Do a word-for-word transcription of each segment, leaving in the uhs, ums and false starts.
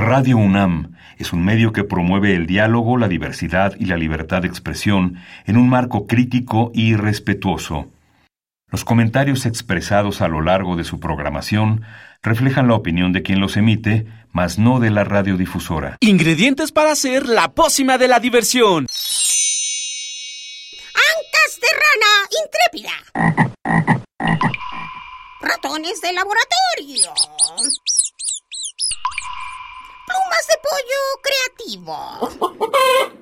Radio UNAM es un medio que promueve el diálogo, la diversidad y la libertad de expresión en un marco crítico y respetuoso. Los comentarios expresados a lo largo de su programación reflejan la opinión de quien los emite, mas no de la radiodifusora. Ingredientes para hacer la pócima de la diversión. Ancas de rana intrépida. Ratones de laboratorio. Plumas de pollo creativo.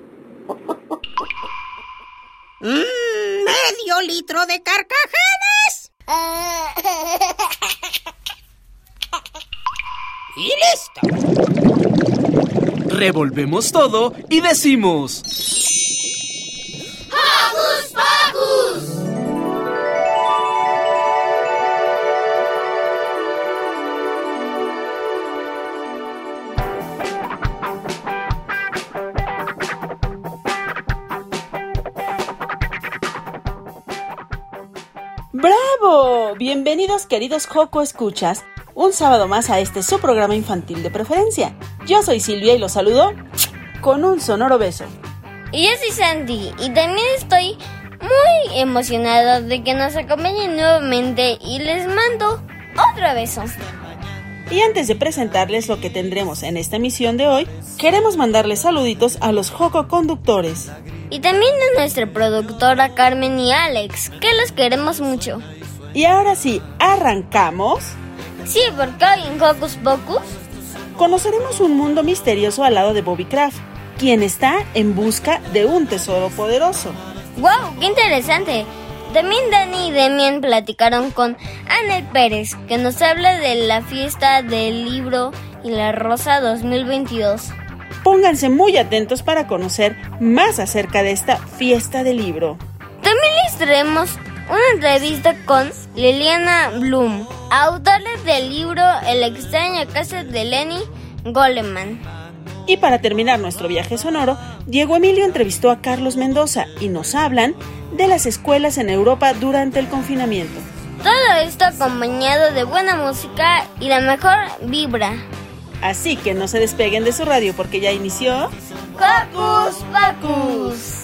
Mm, medio litro de carcajadas. Y listo. Revolvemos todo y decimos: ¡Hocus Pocus! ¡Bravo! Bienvenidos, queridos Joco Escuchas, un sábado más a este su programa infantil de preferencia. Yo soy Silvia y los saludo con un sonoro beso. Y yo soy Sandy y también estoy muy emocionada de que nos acompañen nuevamente y les mando otro beso. Y antes de presentarles lo que tendremos en esta emisión de hoy, queremos mandarles saluditos a los Joco Conductores. Y también a nuestra productora Carmen y Alex, que los queremos mucho. Y ahora sí, ¿arrancamos? Sí, porque hoy en Hocus Pocus conoceremos un mundo misterioso al lado de Bobby Craft, quien está en busca de un tesoro poderoso. ¡Wow! ¡Qué interesante! También Dani y Demian platicaron con Anel Pérez, que nos habla de la fiesta del libro y la rosa dos mil veintidós. Pónganse muy atentos para conocer más acerca de esta fiesta del libro. También les traemos una entrevista con Liliana Bloom, autora del libro El extraño caso de Lenny Goleman. Y para terminar nuestro viaje sonoro, Diego Emilio entrevistó a Carlos Mendoza y nos hablan de las escuelas en Europa durante el confinamiento. Todo esto acompañado de buena música y la mejor vibra. Así que no se despeguen de su radio porque ya inició Hocus Pocus.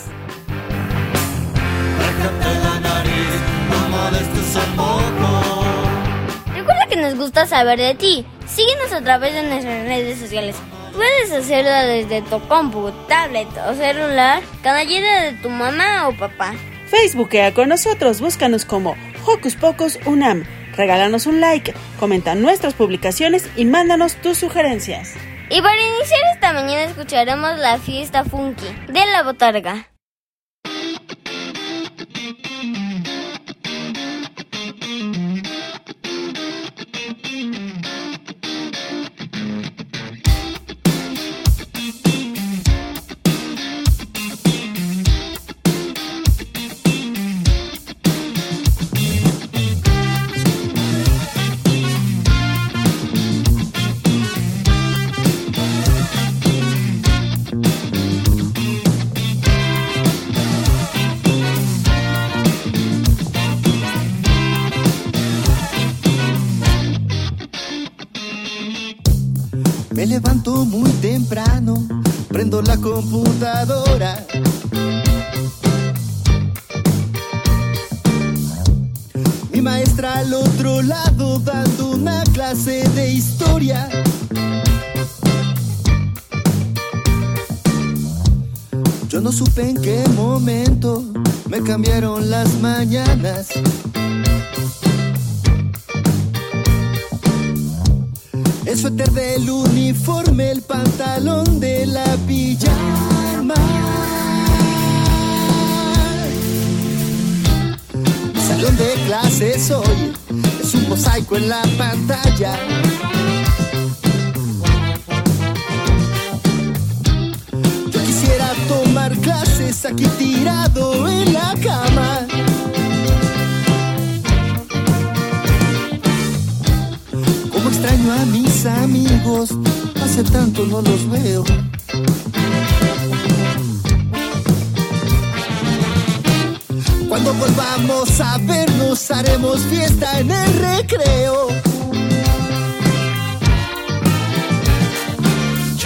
Recuerda que nos gusta saber de ti. Síguenos a través de nuestras redes sociales. Puedes hacerlo desde tu compu, tablet o celular, canallera de tu mamá o papá. Facebookea con nosotros, búscanos como Hocus Pocus UNAM. Regálanos un like, comenta nuestras publicaciones y mándanos tus sugerencias. Y para iniciar esta mañana escucharemos la fiesta funky de la botarga. Me levanto muy temprano, prendo la computadora. Mi maestra al otro lado dando una clase de historia. Yo no supe en qué momento me cambiaron las mañanas. El suéter del uniforme, el pantalón de la pijama. Mi salón de clases hoy es un mosaico en la pantalla. Yo quisiera tomar clases aquí tirado en la cama. Extraño a mis amigos, hace tanto no los veo. Cuando volvamos a vernos haremos fiesta en el recreo.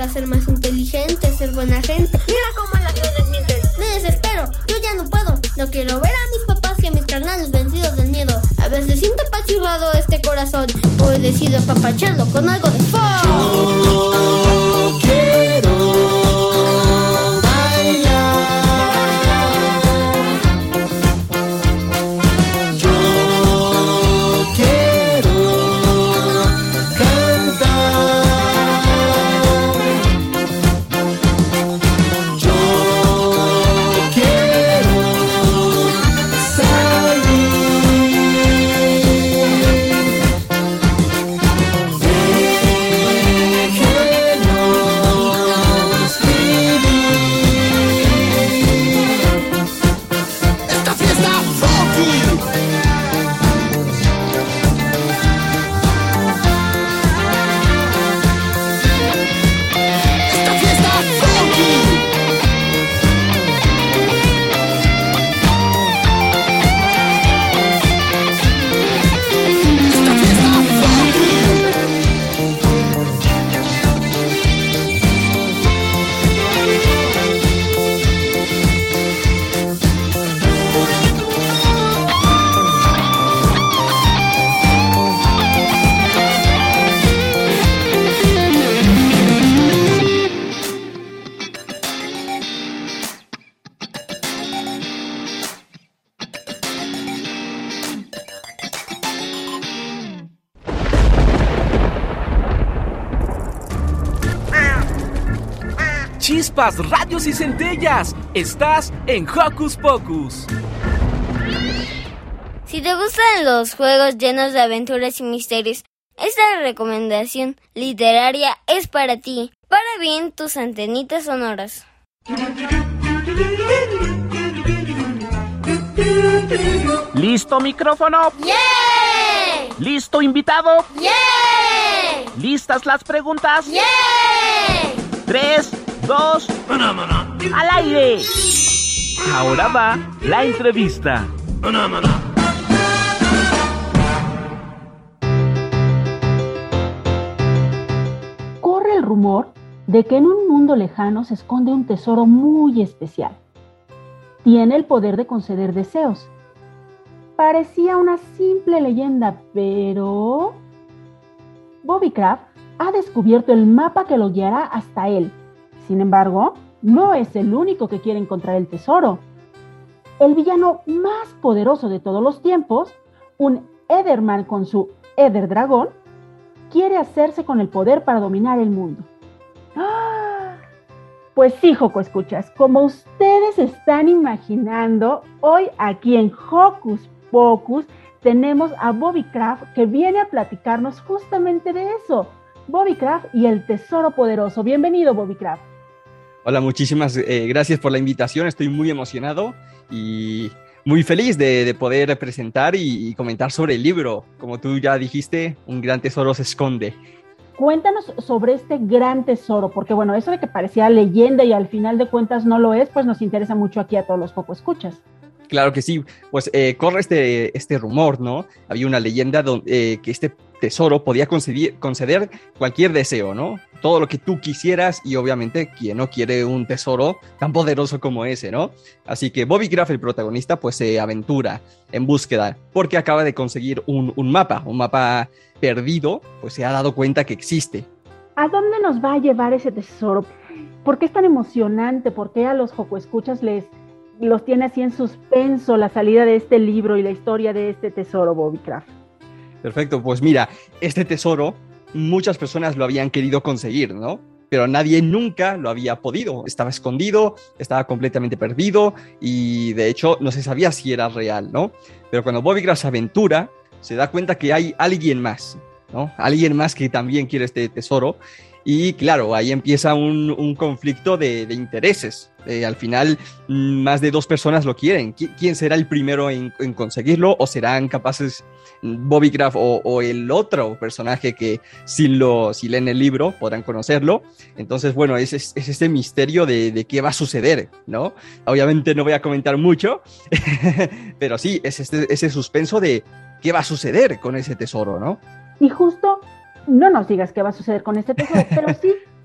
para ser más inteligente, ser buena gente. Mira cómo las redes mienten. Me desespero, yo ya no puedo. No quiero ver a mis papás y a mis carnales vencidos del miedo. A veces siento apachurrado este corazón. Hoy decido apapacharlo con algo de fuego. Yo quiero bailar. Yo quiero cantar. Yo quiero salir. Déjenos vivir esta fiesta funky. Esta fiesta funky. Esta fiesta funky. Chispas, radios y centellas. Estás en Hocus Pocus. Si te gustan los juegos llenos de aventuras y misterios, esta recomendación literaria es para ti. Para bien tus antenitas sonoras. ¿Listo micrófono? ¡Yeah! ¿Listo invitado? ¡Yeah! ¿Listas las preguntas? ¡Yeah! Tres, dos, al aire. Ahora va la entrevista. Corre el rumor de que en un mundo lejano se esconde un tesoro muy especial. Tiene el poder de conceder deseos. Parecía una simple leyenda, pero Bobby Craft ha descubierto el mapa que lo guiará hasta él. Sin embargo, no es el único que quiere encontrar el tesoro. El villano más poderoso de todos los tiempos, un Etherman con su Ether Dragón, quiere hacerse con el poder para dominar el mundo. ¡Ah! Pues sí, Joco Escuchas, como ustedes están imaginando, hoy aquí en Hocus Pocus tenemos a Bobby Craft que viene a platicarnos justamente de eso. Bobby Craft y el tesoro poderoso. Bienvenido, Bobby Craft. Hola, muchísimas eh, gracias por la invitación. Estoy muy emocionado y muy feliz de, de poder presentar y, y comentar sobre el libro. Como tú ya dijiste, un gran tesoro se esconde. Cuéntanos sobre este gran tesoro, porque bueno, eso de que parecía leyenda y al final de cuentas no lo es, pues nos interesa mucho aquí a todos los Joco Escuchas. Claro que sí, pues eh, corre este, este rumor, ¿no? Había una leyenda donde, eh, que este tesoro podía conceder, conceder cualquier deseo, ¿no? Todo lo que tú quisieras y obviamente quien no quiere un tesoro tan poderoso como ese, ¿no? Así que Bobby Craft, el protagonista, pues se aventura en búsqueda porque acaba de conseguir un, un mapa, un mapa perdido, pues se ha dado cuenta que existe. ¿A dónde nos va a llevar ese tesoro? ¿Por qué es tan emocionante? ¿Por qué a los Joco Escuchas les los tiene así en suspenso la salida de este libro y la historia de este tesoro, Bobby Craft? Perfecto, pues mira, este tesoro muchas personas lo habían querido conseguir, ¿no? Pero nadie nunca lo había podido. Estaba escondido, estaba completamente perdido y de hecho no se sabía si era real, ¿no? Pero cuando Bobby Craft se aventura, se da cuenta que hay alguien más, ¿no? Alguien más que también quiere este tesoro. Y claro, ahí empieza un, un conflicto de, de intereses. Eh, al final, más de dos personas lo quieren. ¿Qui- ¿Quién será el primero en, en conseguirlo? ¿O serán capaces Bobby Craft o, o el otro personaje que si, lo, si leen el libro podrán conocerlo? Entonces, bueno, es, es, es este misterio de, de qué va a suceder, ¿no? Obviamente no voy a comentar mucho, pero sí, es este, ese suspenso de qué va a suceder con ese tesoro, ¿no? Y justo, no nos digas qué va a suceder con este tesoro, pero sí,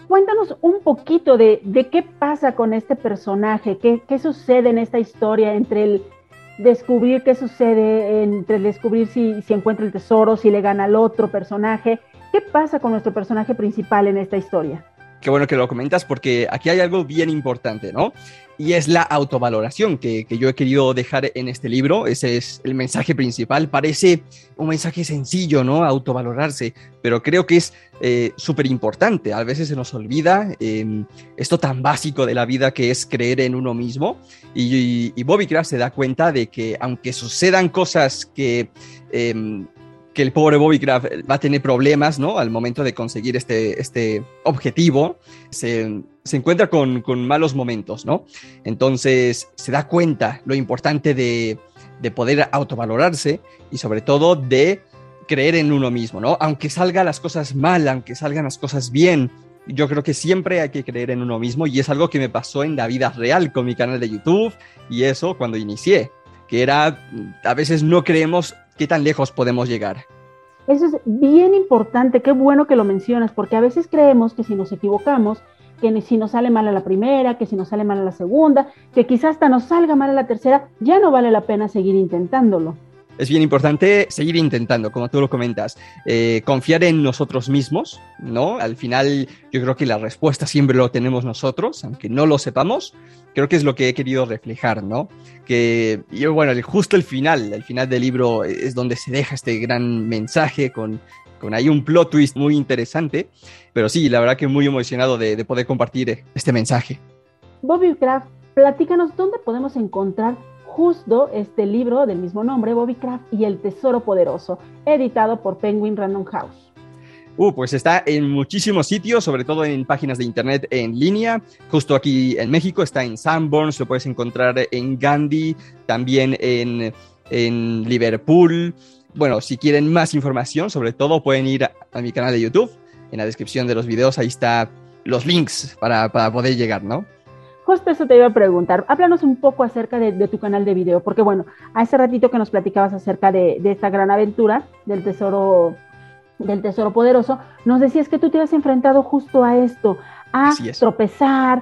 cuéntanos un poquito de, de qué pasa con este personaje, qué, qué sucede en esta historia entre el descubrir qué sucede, entre el descubrir si, si encuentra el tesoro, si le gana al otro personaje. ¿Qué pasa con nuestro personaje principal en esta historia? Qué bueno que lo comentas porque aquí hay algo bien importante, ¿no? Y es la autovaloración que, que yo he querido dejar en este libro. Ese es el mensaje principal. Parece un mensaje sencillo, ¿no? Autovalorarse, pero creo que es eh, súper importante. A veces se nos olvida eh, esto tan básico de la vida que es creer en uno mismo. Y, y, y Bobby Craft se da cuenta de que aunque sucedan cosas que... Eh, que el pobre Bobby Craft va a tener problemas, ¿no? Al momento de conseguir este, este objetivo, se, se encuentra con, con malos momentos, ¿no? Entonces se da cuenta lo importante de, de poder autovalorarse y sobre todo de creer en uno mismo, ¿no? Aunque salgan las cosas mal, aunque salgan las cosas bien, yo creo que siempre hay que creer en uno mismo y es algo que me pasó en la vida real con mi canal de YouTube y eso cuando inicié, que era, a veces no creemos qué tan lejos podemos llegar. Eso es bien importante, qué bueno que lo mencionas, porque a veces creemos que si nos equivocamos, que si nos sale mal a la primera, que si nos sale mal a la segunda, que quizás hasta nos salga mal a la tercera, ya no vale la pena seguir intentándolo. Es bien importante seguir intentando, como tú lo comentas, eh, confiar en nosotros mismos, ¿no? Al final yo creo que la respuesta siempre lo tenemos nosotros, aunque no lo sepamos. Creo que es lo que he querido reflejar, ¿no? Que, y bueno, el, justo el final, el final del libro es donde se deja este gran mensaje con, con ahí un plot twist muy interesante. Pero sí, la verdad que muy emocionado de, de poder compartir este mensaje. Bobby Craft, platícanos dónde podemos encontrar justo este libro del mismo nombre, Bobby Craft y el Tesoro Poderoso, editado por Penguin Random House. Uh, pues está en muchísimos sitios, sobre todo en páginas de internet en línea. Justo aquí en México está en Sanborns, lo puedes encontrar en Gandhi, también en, en Liverpool. Bueno, si quieren más información, sobre todo pueden ir a, a mi canal de YouTube. En la descripción de los videos ahí está los links para, para poder llegar, ¿no? Justo eso te iba a preguntar. Háblanos un poco acerca de, de tu canal de video, porque bueno, hace ratito que nos platicabas acerca de, de esta gran aventura del tesoro, del tesoro poderoso, nos decías que tú te has enfrentado justo a esto, a tropezar,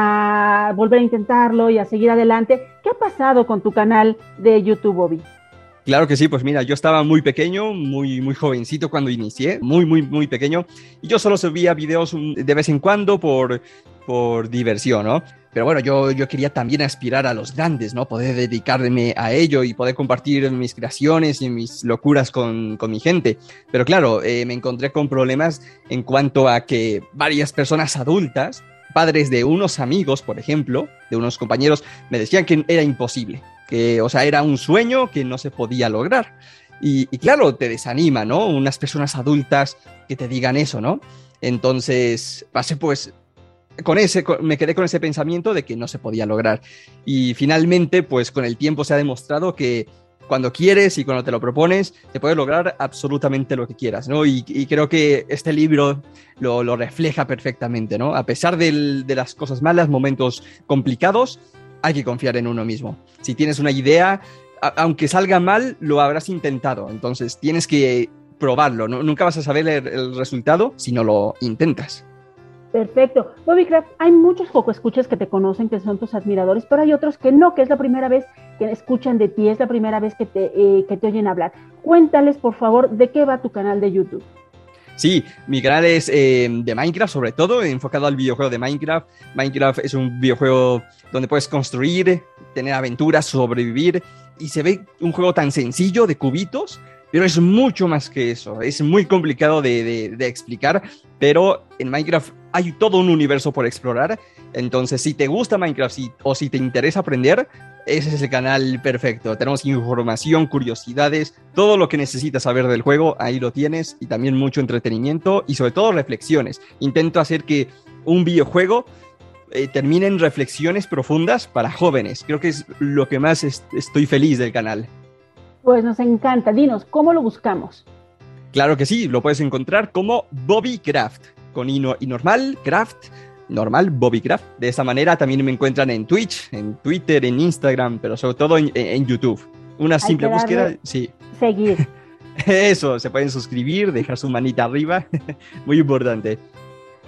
a volver a intentarlo y a seguir adelante. ¿Qué ha pasado con tu canal de YouTube, Bobby? Claro que sí, pues mira, yo estaba muy pequeño, muy, muy jovencito cuando inicié, muy, muy, muy pequeño, y yo solo subía videos de vez en cuando por, por diversión, ¿no? Pero bueno, yo, yo quería también aspirar a los grandes, ¿no? Poder dedicarme a ello y poder compartir mis creaciones y mis locuras con, con mi gente. Pero claro, eh, me encontré con problemas en cuanto a que varias personas adultas, padres de unos amigos, por ejemplo, de unos compañeros, me decían que era imposible. Que, o sea, era un sueño que no se podía lograr. Y, y claro, te desanima, ¿no? Unas personas adultas que te digan eso, ¿no? Entonces, pasé pues, con ese, con, me quedé con ese pensamiento de que no se podía lograr. Y finalmente, pues con el tiempo se ha demostrado que cuando quieres y cuando te lo propones, te puedes lograr absolutamente lo que quieras, ¿no? Y, y creo que este libro lo, lo refleja perfectamente, ¿no? A pesar del, de las cosas malas, momentos complicados, hay que confiar en uno mismo. Si tienes una idea, a, aunque salga mal, lo habrás intentado. Entonces tienes que probarlo, ¿no? Nunca vas a saber el, el resultado si no lo intentas. Perfecto. Bobby Craft, hay muchos escuchas que te conocen, que son tus admiradores, pero hay otros que no, que es la primera vez que escuchan de ti, es la primera vez que te, eh, que te oyen hablar. Cuéntales, por favor, de qué va tu canal de YouTube. Sí, mi canal es eh, de Minecraft, sobre todo, enfocado al videojuego de Minecraft. Minecraft es un videojuego donde puedes construir, tener aventuras, sobrevivir, y se ve un juego tan sencillo de cubitos, pero es mucho más que eso. Es muy complicado de, de, de explicar, pero en Minecraft hay todo un universo por explorar. Entonces, si te gusta Minecraft si, o si te interesa aprender, ese es el canal perfecto. Tenemos información, curiosidades, todo lo que necesitas saber del juego, ahí lo tienes, y también mucho entretenimiento y sobre todo reflexiones. Intento hacer que un videojuego eh, termine en reflexiones profundas para jóvenes. Creo que es lo que más est- estoy feliz del canal. Pues nos encanta. Dinos, ¿cómo lo buscamos? Claro que sí, lo puedes encontrar como Bobby Craft, con I, no, I normal, Craft, normal, Bobby Craft. De esa manera también me encuentran en Twitch, en Twitter, en Instagram, pero sobre todo en, en YouTube. Una Hay simple que búsqueda, sí. Seguir. Eso, se pueden suscribir, dejar su manita arriba, muy importante.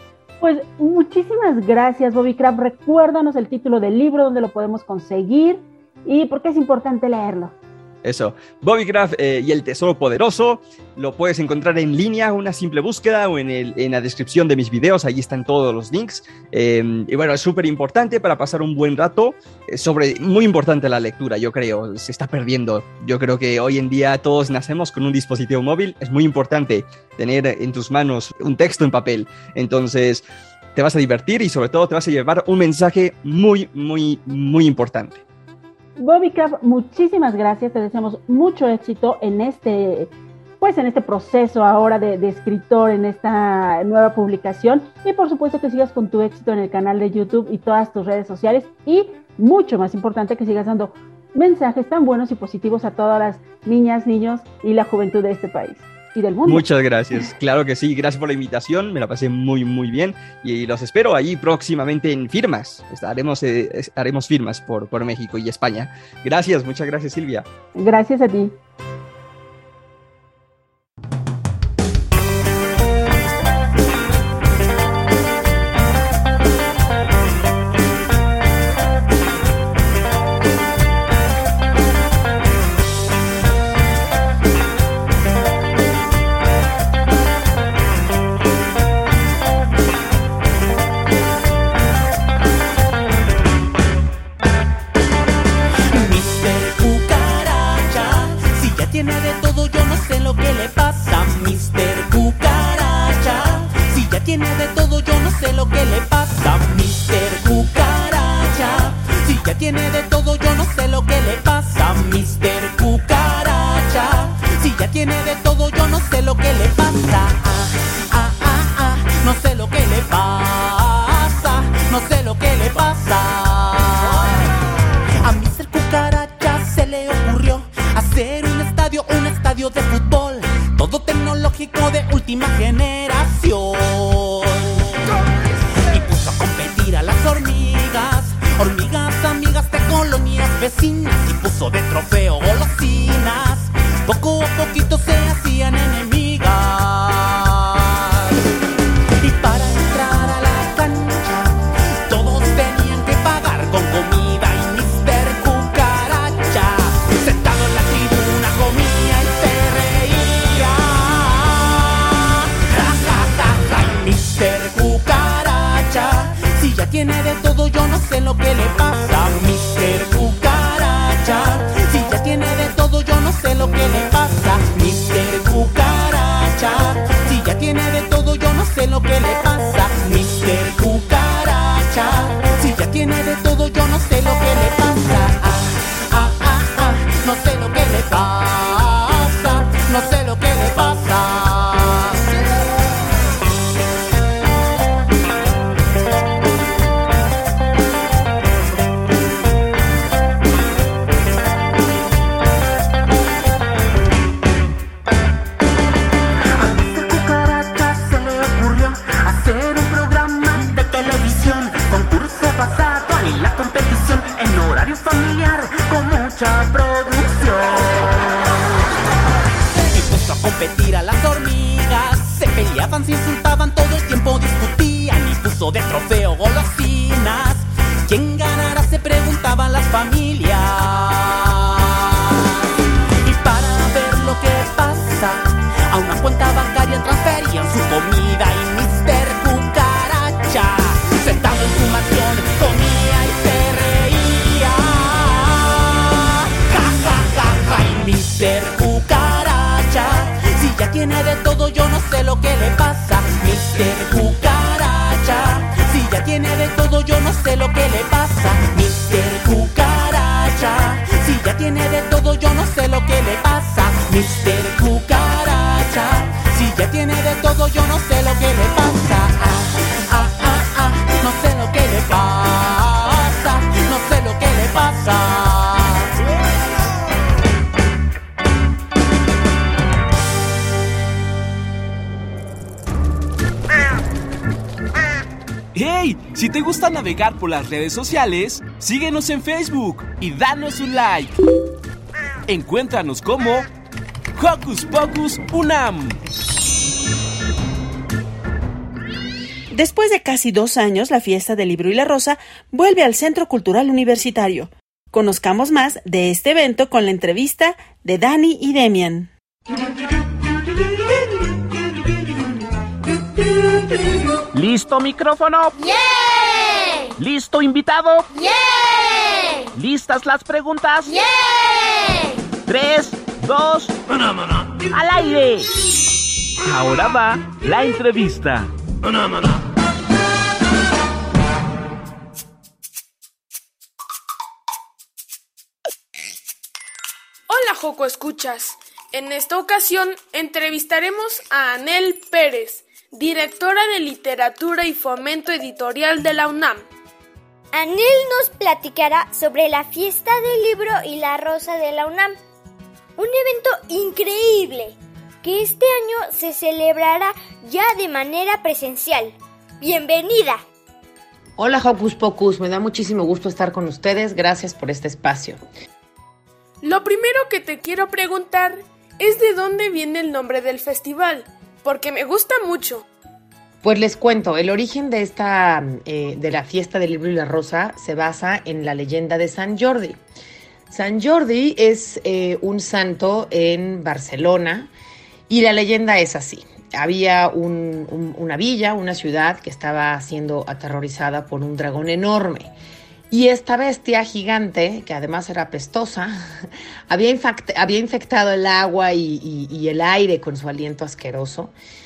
Pues muchísimas gracias, Bobby Craft. Recuérdanos el título del libro, dónde lo podemos conseguir y por qué es importante leerlo. Eso, Bobby Craft eh, y el Tesoro Poderoso, lo puedes encontrar en línea, una simple búsqueda o en, el, en la descripción de mis videos, ahí están todos los links. Eh, y bueno, es súper importante para pasar un buen rato, eh, sobre, muy importante la lectura, yo creo, se está perdiendo. Yo creo que hoy en día todos nacemos con un dispositivo móvil, es muy importante tener en tus manos un texto en papel, entonces te vas a divertir y sobre todo te vas a llevar un mensaje muy, muy, muy importante. Bobby Craft, muchísimas gracias, te deseamos mucho éxito en este, pues en este proceso ahora de, de escritor, en esta nueva publicación, y por supuesto que sigas con tu éxito en el canal de YouTube y todas tus redes sociales, y mucho más importante que sigas dando mensajes tan buenos y positivos a todas las niñas, niños y la juventud de este país y del mundo. Muchas gracias, claro que sí, gracias por la invitación, me la pasé muy muy bien y los espero ahí próximamente en firmas, haremos, eh, haremos firmas por, por México y España. Gracias, muchas gracias, Silvia. Gracias a ti. Tiene de todo, yo no sé lo que le pasa, mister Cucaracha. Si ya tiene de todo, yo no sé lo que le pasa. Ah, ah, ah, ah, no sé lo que le pasa, no sé lo que le pasa. A mister Cucaracha se le ocurrió hacer un estadio, un estadio de fútbol, todo tecnológico de última generación. Y puso a competir a las hormigas, hormigas amigas de colonias vecinas, y puso de trofeo golosinas, poco a poquito se hacían enemigas. Y para entrar a la cancha todos tenían que pagar con comida, y mister Cucaracha sentado en la tribuna comía y se reía. Ja, ja, ja, ja. Y mister Cucaracha, si ya tiene de todo, yo no sé lo que le pasa, mister Cucaracha. Si ya tiene de todo, yo no sé lo que le pasa, mister Cucaracha. Si ya tiene de todo, yo no sé lo que le pasa, mister Cucaracha. Si ya tiene de todo, yo no sé lo que le pasa. Ah, ah, ah, ah, no sé lo que le pasa, no sé lo que le pasa. Familiar con mucha producción. Y puso a competir a las hormigas, se peleaban, se insultaban, todo el tiempo discutían, y puso de trofeo golosinas. ¿Quién ganará?, se preguntaban las familias. Y para ver lo que pasa, a una cuenta bancaria transferían su comida, y mister Cucaracha, sentado en su mansión, comía y se reía. mister Cucaracha, si ya tiene de todo, yo no sé lo que le pasa, mister Cucaracha. Si ya tiene de todo, yo no sé lo que le pasa, mister Cucaracha. Si ya tiene de todo, yo no sé lo que le pasa, mister Cucaracha. Si ya tiene de todo, yo no sé lo que le pasa. Ah, ah, ah, ah, no sé lo que le pasa, no sé lo que le pasa. ¡Hey! Si te gusta navegar por las redes sociales, síguenos en Facebook y danos un like. Encuéntranos como Hocus Pocus Unam. Después de casi dos años, la Fiesta del Libro y la Rosa vuelve al Centro Cultural Universitario. Conozcamos más de este evento con la entrevista de Dani y Demian. ¿Listo micrófono? ¡Yeah! ¿Listo invitado? ¡Yeah! ¿Listas las preguntas? ¡Yeah! Tres, dos, al aire. Ahora va la entrevista. Hola Joco Escuchas. En esta ocasión entrevistaremos a Anel Pérez, directora de Literatura y Fomento Editorial de la UNAM. Anel nos platicará sobre la Fiesta del Libro y la Rosa de la UNAM, un evento increíble que este año se celebrará ya de manera presencial. ¡Bienvenida! Hola Hocus Pocus, me da muchísimo gusto estar con ustedes, gracias por este espacio. Lo primero que te quiero preguntar es de dónde viene el nombre del festival, porque me gusta mucho. Pues les cuento, el origen de esta, eh, de la Fiesta del Libro y la Rosa se basa en la leyenda de Sant Jordi. Sant Jordi es eh, un santo en Barcelona y la leyenda es así. Había un, un, una villa, una ciudad que estaba siendo aterrorizada por un dragón enorme. Y esta bestia gigante, que además era pestosa, había, infect- había infectado el agua y, y, y el aire con su aliento asqueroso.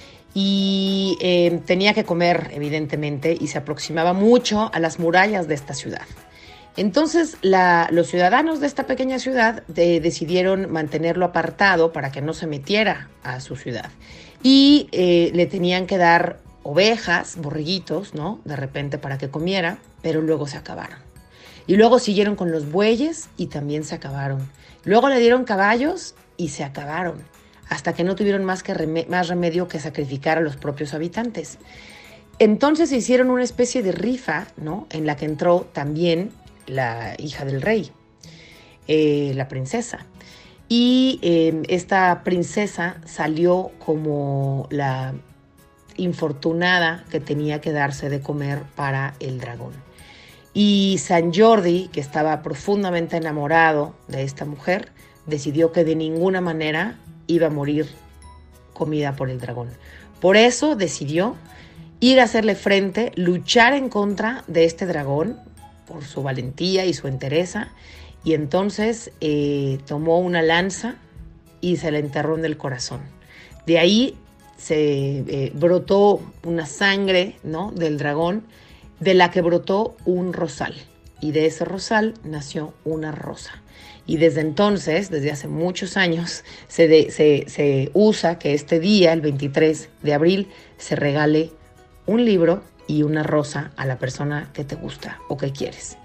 Y eh, tenía que comer, evidentemente, y se aproximaba mucho a las murallas de esta ciudad. Entonces, la, los ciudadanos de esta pequeña ciudad de, decidieron mantenerlo apartado para que no se metiera a su ciudad. Y eh, le tenían que dar ovejas, borreguitos, ¿no? De repente para que comiera, pero luego se acabaron. Y luego siguieron con los bueyes y también se acabaron. Luego le dieron caballos y se acabaron, hasta que no tuvieron más, que rem- más remedio que sacrificar a los propios habitantes. Entonces hicieron una especie de rifa, ¿no? En la que entró también la hija del rey, eh, la princesa. Y eh, esta princesa salió como la infortunada que tenía que darse de comer para el dragón. Y Sant Jordi, que estaba profundamente enamorado de esta mujer, decidió que de ninguna manera iba a morir comida por el dragón. Por eso decidió ir a hacerle frente, luchar en contra de este dragón por su valentía y su entereza, y entonces eh, tomó una lanza y se la enterró en el corazón. De ahí se eh, brotó una sangre, ¿no?, del dragón, de la que brotó un rosal, y de ese rosal nació una rosa. Y desde entonces, desde hace muchos años, se, de, se, se usa que este día, el veintitrés de abril, se regale un libro y una rosa a la persona que te gusta o que quieres.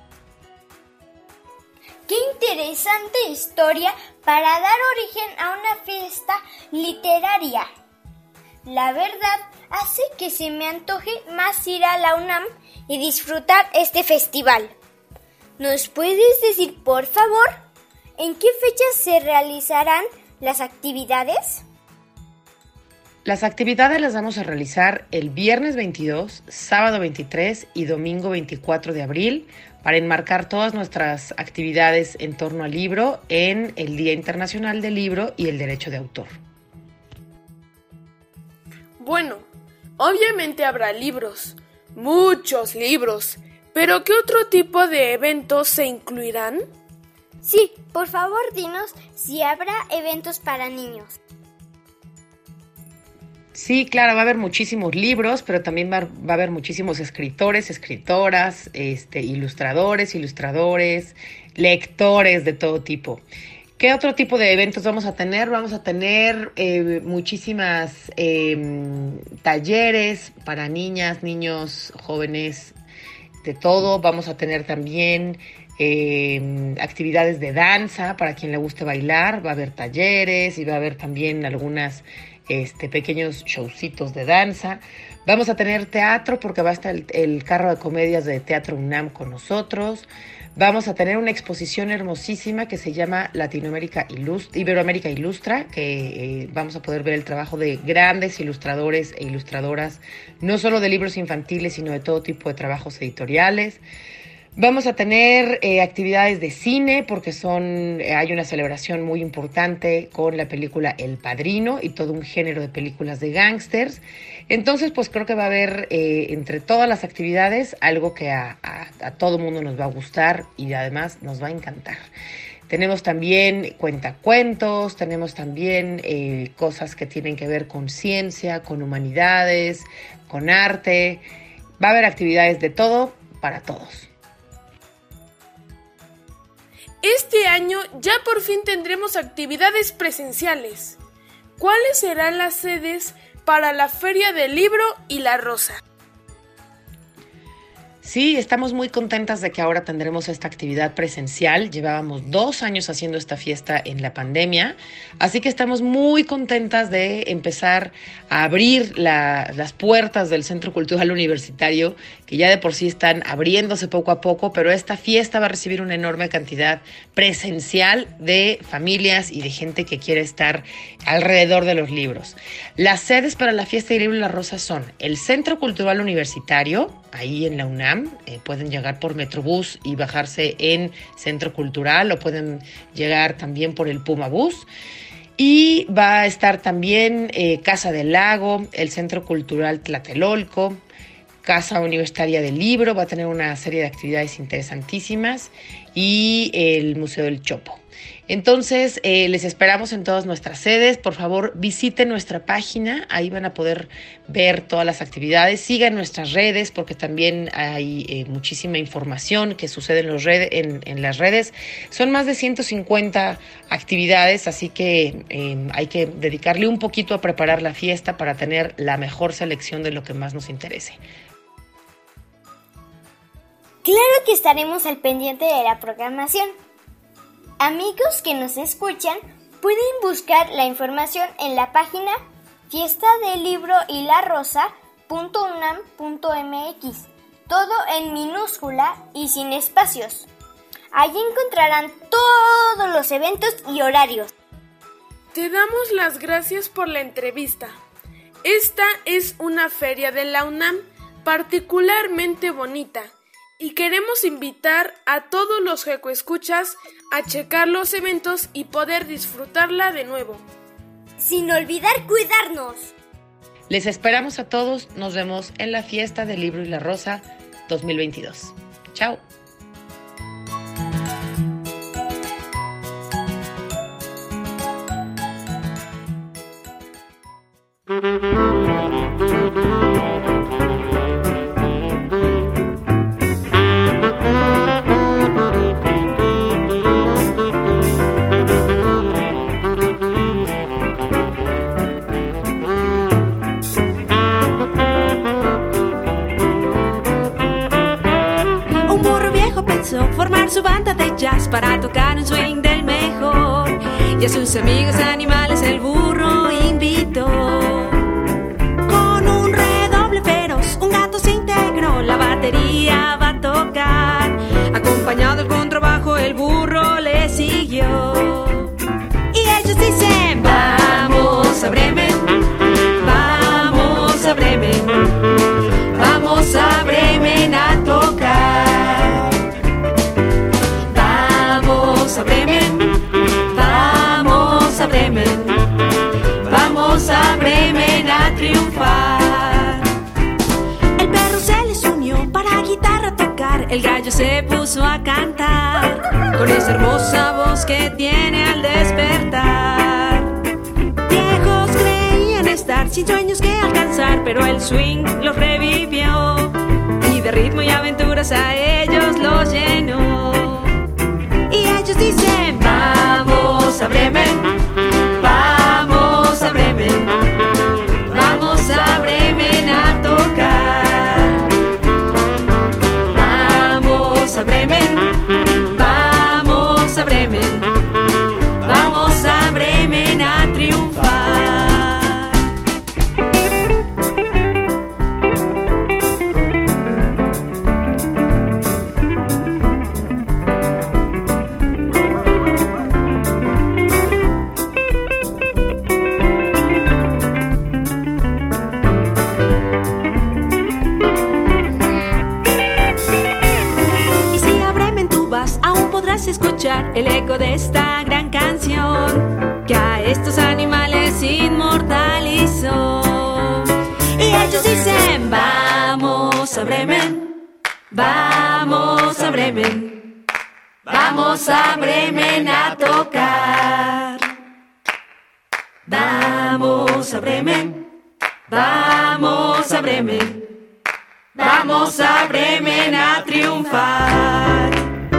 ¡Qué interesante historia para dar origen a una fiesta literaria! La verdad hace que se me antoje más ir a la UNAM y disfrutar este festival. ¿Nos puedes decir, por favor, en qué fechas se realizarán las actividades? Las actividades las vamos a realizar el viernes veintidós, sábado veintitrés y domingo veinticuatro de abril para enmarcar todas nuestras actividades en torno al libro en el Día Internacional del Libro y el Derecho de Autor. Bueno, obviamente habrá libros, muchos libros, pero ¿qué otro tipo de eventos se incluirán? Sí, por favor dinos si habrá eventos para niños. Sí, claro, va a haber muchísimos libros, pero también va, va a haber muchísimos escritores, escritoras, este, ilustradores, ilustradores, lectores de todo tipo. ¿Qué otro tipo de eventos vamos a tener? Vamos a tener eh, muchísimas eh, talleres para niñas, niños, jóvenes, de todo. Vamos a tener también eh, actividades de danza para quien le guste bailar. Va a haber talleres y va a haber también algunas este, pequeños showcitos de danza. Vamos a tener teatro porque va a estar el, el carro de comedias de Teatro UNAM con nosotros. Vamos a tener una exposición hermosísima que se llama Latinoamérica Ilustra, Iberoamérica Ilustra, que eh, vamos a poder ver el trabajo de grandes ilustradores e ilustradoras, no solo de libros infantiles, sino de todo tipo de trabajos editoriales. Vamos a tener eh, actividades de cine porque son eh, hay una celebración muy importante con la película El Padrino y todo un género de películas de gángsters. Entonces, pues creo que va a haber eh, entre todas las actividades algo que a, a, a todo mundo nos va a gustar y además nos va a encantar. Tenemos también cuentacuentos, tenemos también eh, cosas que tienen que ver con ciencia, con humanidades, con arte. Va a haber actividades de todo para todos. Este año ya por fin tendremos actividades presenciales. ¿Cuáles serán las sedes para la Feria del Libro y la Rosa? Sí, estamos muy contentas de que ahora tendremos esta actividad presencial. Llevábamos dos años haciendo esta fiesta en la pandemia, así que estamos muy contentas de empezar a abrir la, las puertas del Centro Cultural Universitario, que ya de por sí están abriéndose poco a poco, pero esta fiesta va a recibir una enorme cantidad presencial de familias y de gente que quiere estar alrededor de los libros. Las sedes para la fiesta del libro y la rosa son el Centro Cultural Universitario, ahí en la UNAM, eh, pueden llegar por Metrobús y bajarse en Centro Cultural, o pueden llegar también por el Puma Bus. Y va a estar también eh, Casa del Lago, el Centro Cultural Tlatelolco, Casa Universitaria del Libro, va a tener una serie de actividades interesantísimas, y el Museo del Chopo. Entonces, eh, les esperamos en todas nuestras sedes. Por favor, visiten nuestra página, ahí van a poder ver todas las actividades. Sigan nuestras redes porque también hay eh, muchísima información que sucede en, los red, en, en las redes. Son más de ciento cincuenta actividades, así que eh, hay que dedicarle un poquito a preparar la fiesta para tener la mejor selección de lo que más nos interese. Claro que estaremos al pendiente de la programación. Amigos que nos escuchan, pueden buscar la información en la página fiesta del libro y la rosa punto unam punto mx, todo en minúscula y sin espacios. Allí encontrarán todos los eventos y horarios. Te damos las gracias por la entrevista. Esta es una feria de la UNAM particularmente bonita, y queremos invitar a todos los gecoescuchas a checar los eventos y poder disfrutarla de nuevo. Sin olvidar cuidarnos. Les esperamos a todos. Nos vemos en la Fiesta del Libro y la Rosa dos mil veintidós. Chao. Formar su banda de jazz para tocar un swing del mejor, y a sus amigos animales el burro invitó. Con un redoble feroz un gato se integró, la batería va a tocar, acompañado del contrabajo el burro le siguió. Y ellos dicen: vamos a Bremen, vamos a Bremen, vamos a Bremen a tocar. Vamos a Bremen, vamos a Bremen, vamos a Bremen a triunfar. El perro se les unió para guitarra tocar, el gallo se puso a cantar con esa hermosa voz que tiene al despertar. Viejos creían estar sin sueños que alcanzar, pero el swing los revivió y de ritmo y aventuras a ellos los llenó. Y ellos dicen: vamos a Bremen, vamos a Bremen, vamos a Bremen a tocar. Vamos a Bremen, vamos a Bremen, vamos a Bremen a triunfar. Vamos a Bremen, vamos a Bremen a tocar. Vamos a Bremen, vamos a Bremen, vamos a Bremen a triunfar.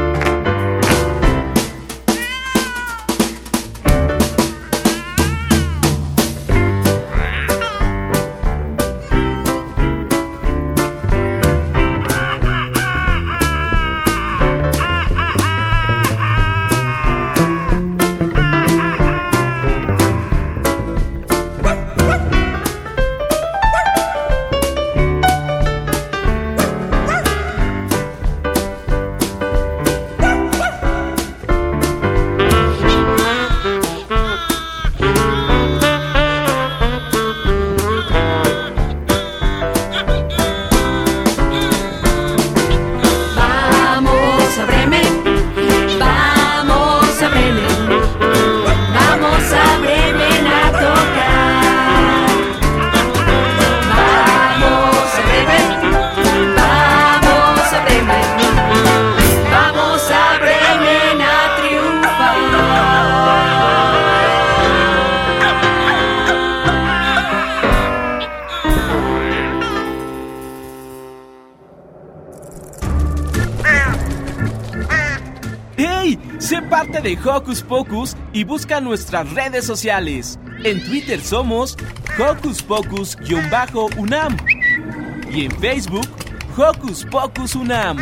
De Hocus Pocus y busca nuestras redes sociales. En Twitter somos Hocus Pocus-UNAM y en Facebook Hocus Pocus UNAM.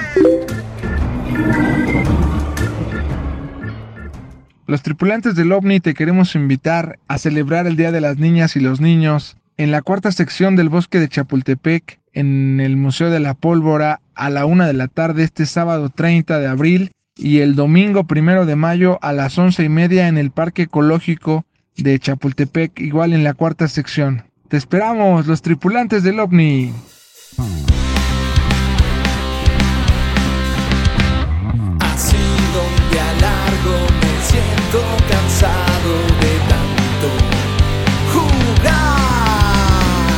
Los tripulantes del OVNI te queremos invitar a celebrar el Día de las Niñas y los Niños en la cuarta sección del Bosque de Chapultepec en el Museo de la Pólvora a la una de la tarde este sábado treinta de abril. Y el domingo primero de mayo a las once y media en el Parque Ecológico de Chapultepec, igual en la cuarta sección. ¡Te esperamos, los tripulantes del OVNI! Así donde a largo me siento cansado de tanto jugar.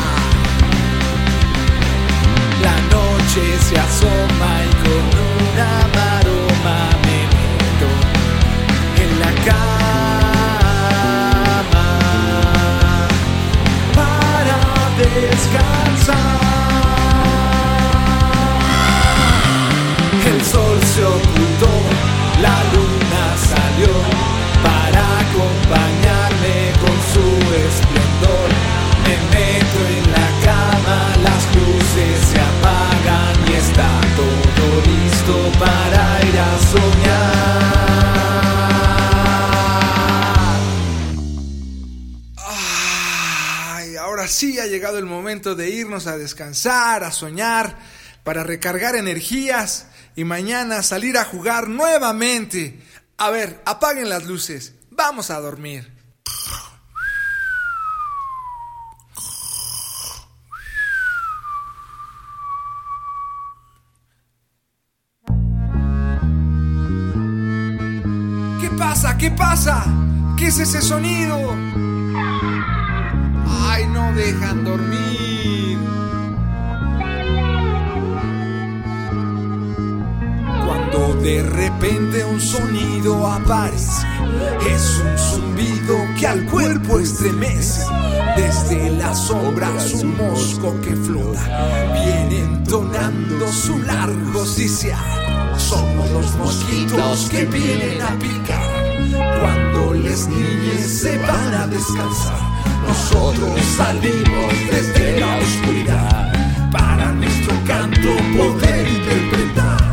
La noche se asoma y con una maroma me meto en la cama para descansar. El sol se ocultó, la luna salió para acompañarme con su esplendor. Me meto en la cama, las luces se apagan y está todo listo para ir a soñar. Ay, ahora sí ha llegado el momento de irnos a descansar, a soñar, para recargar energías y mañana salir a jugar nuevamente. A ver, apaguen las luces, vamos a dormir. ¿Qué pasa? ¿Qué pasa? ¿Qué es ese sonido? Ay, no dejan dormir. Cuando de repente un sonido aparece, es un zumbido que al cuerpo estremece. Desde las sombras un mosco que flota viene entonando su largo sisear. Somos los mosquitos que vienen a picar cuando las niñas se van a descansar. Nosotros salimos desde la oscuridad para nuestro canto poder interpretar.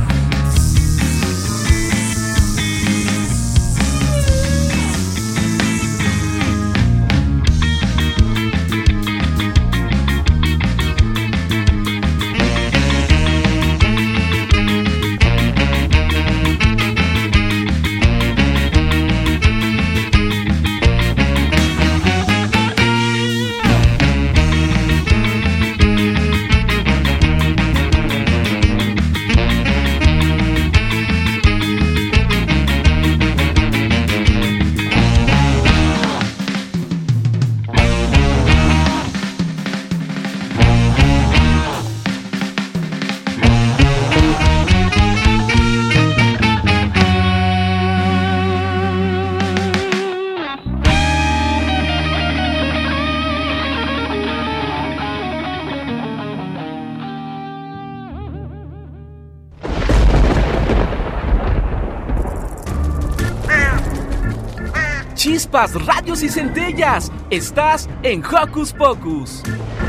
chispas, radios y centellas. Estás en Hocus Pocus.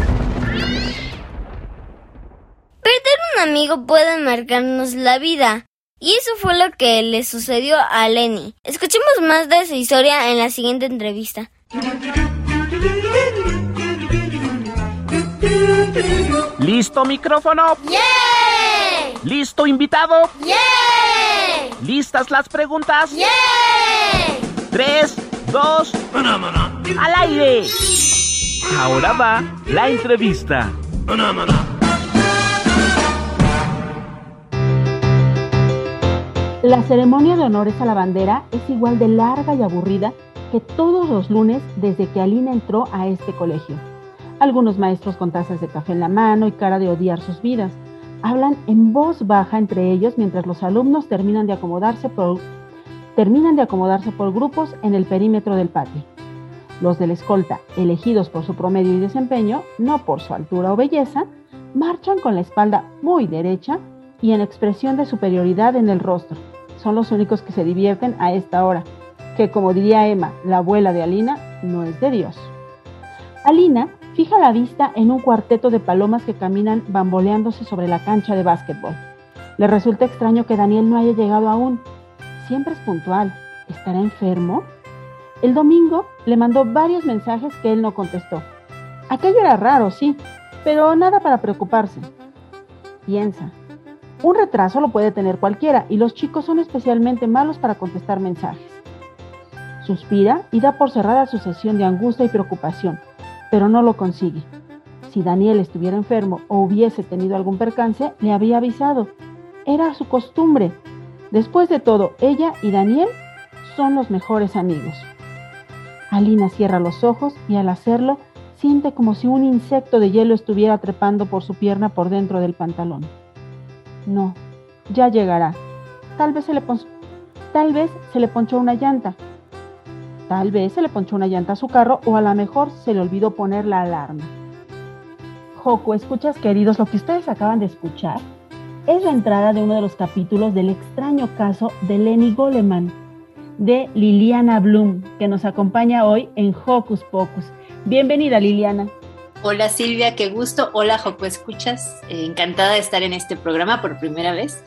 Perder un amigo puede marcarnos la vida. Y eso fue lo que le sucedió a Lenny. Escuchemos más de su historia en la siguiente entrevista. ¿Listo micrófono? ¡Yeah! ¿Listo invitado? ¡Yeah! ¿Listas las preguntas? ¡Yeah! Tres, dos, al aire. Ahora va la entrevista. La ceremonia de honores a la bandera es igual de larga y aburrida que todos los lunes desde que Alina entró a este colegio. Algunos maestros con tazas de café en la mano y cara de odiar sus vidas hablan en voz baja entre ellos mientras los alumnos terminan de acomodarse por, terminan de acomodarse por grupos en el perímetro del patio. Los de la escolta, elegidos por su promedio y desempeño, no por su altura o belleza, marchan con la espalda muy derecha y en expresión de superioridad en el rostro. Son los únicos que se divierten a esta hora, que como diría Emma, la abuela de Alina, no es de Dios. Alina fija la vista en un cuarteto de palomas que caminan bamboleándose sobre la cancha de básquetbol. Le resulta extraño que Daniel no haya llegado aún. Siempre es puntual. ¿Estará enfermo? El domingo le mandó varios mensajes que él no contestó. Aquello era raro, sí, pero nada para preocuparse. Piensa. Un retraso lo puede tener cualquiera y los chicos son especialmente malos para contestar mensajes. Suspira y da por cerrada su sesión de angustia y preocupación, pero no lo consigue. Si Daniel estuviera enfermo o hubiese tenido algún percance, le habría avisado. Era su costumbre. Después de todo, ella y Daniel son los mejores amigos. Alina cierra los ojos y al hacerlo, siente como si un insecto de hielo estuviera trepando por su pierna por dentro del pantalón. No, ya llegará. Tal vez se le pon- tal vez se le ponchó una llanta. Tal vez se le ponchó una llanta a su carro o a lo mejor se le olvidó poner la alarma. Joco, escuchas queridos, lo que ustedes acaban de escuchar es la entrada de uno de los capítulos del extraño caso de Lenny Goleman, de Liliana Bloom, que nos acompaña hoy en Hocus Pocus. Bienvenida, Liliana. Hola Silvia, qué gusto. Hola Joco, ¿escuchas? Eh, encantada de estar en este programa por primera vez.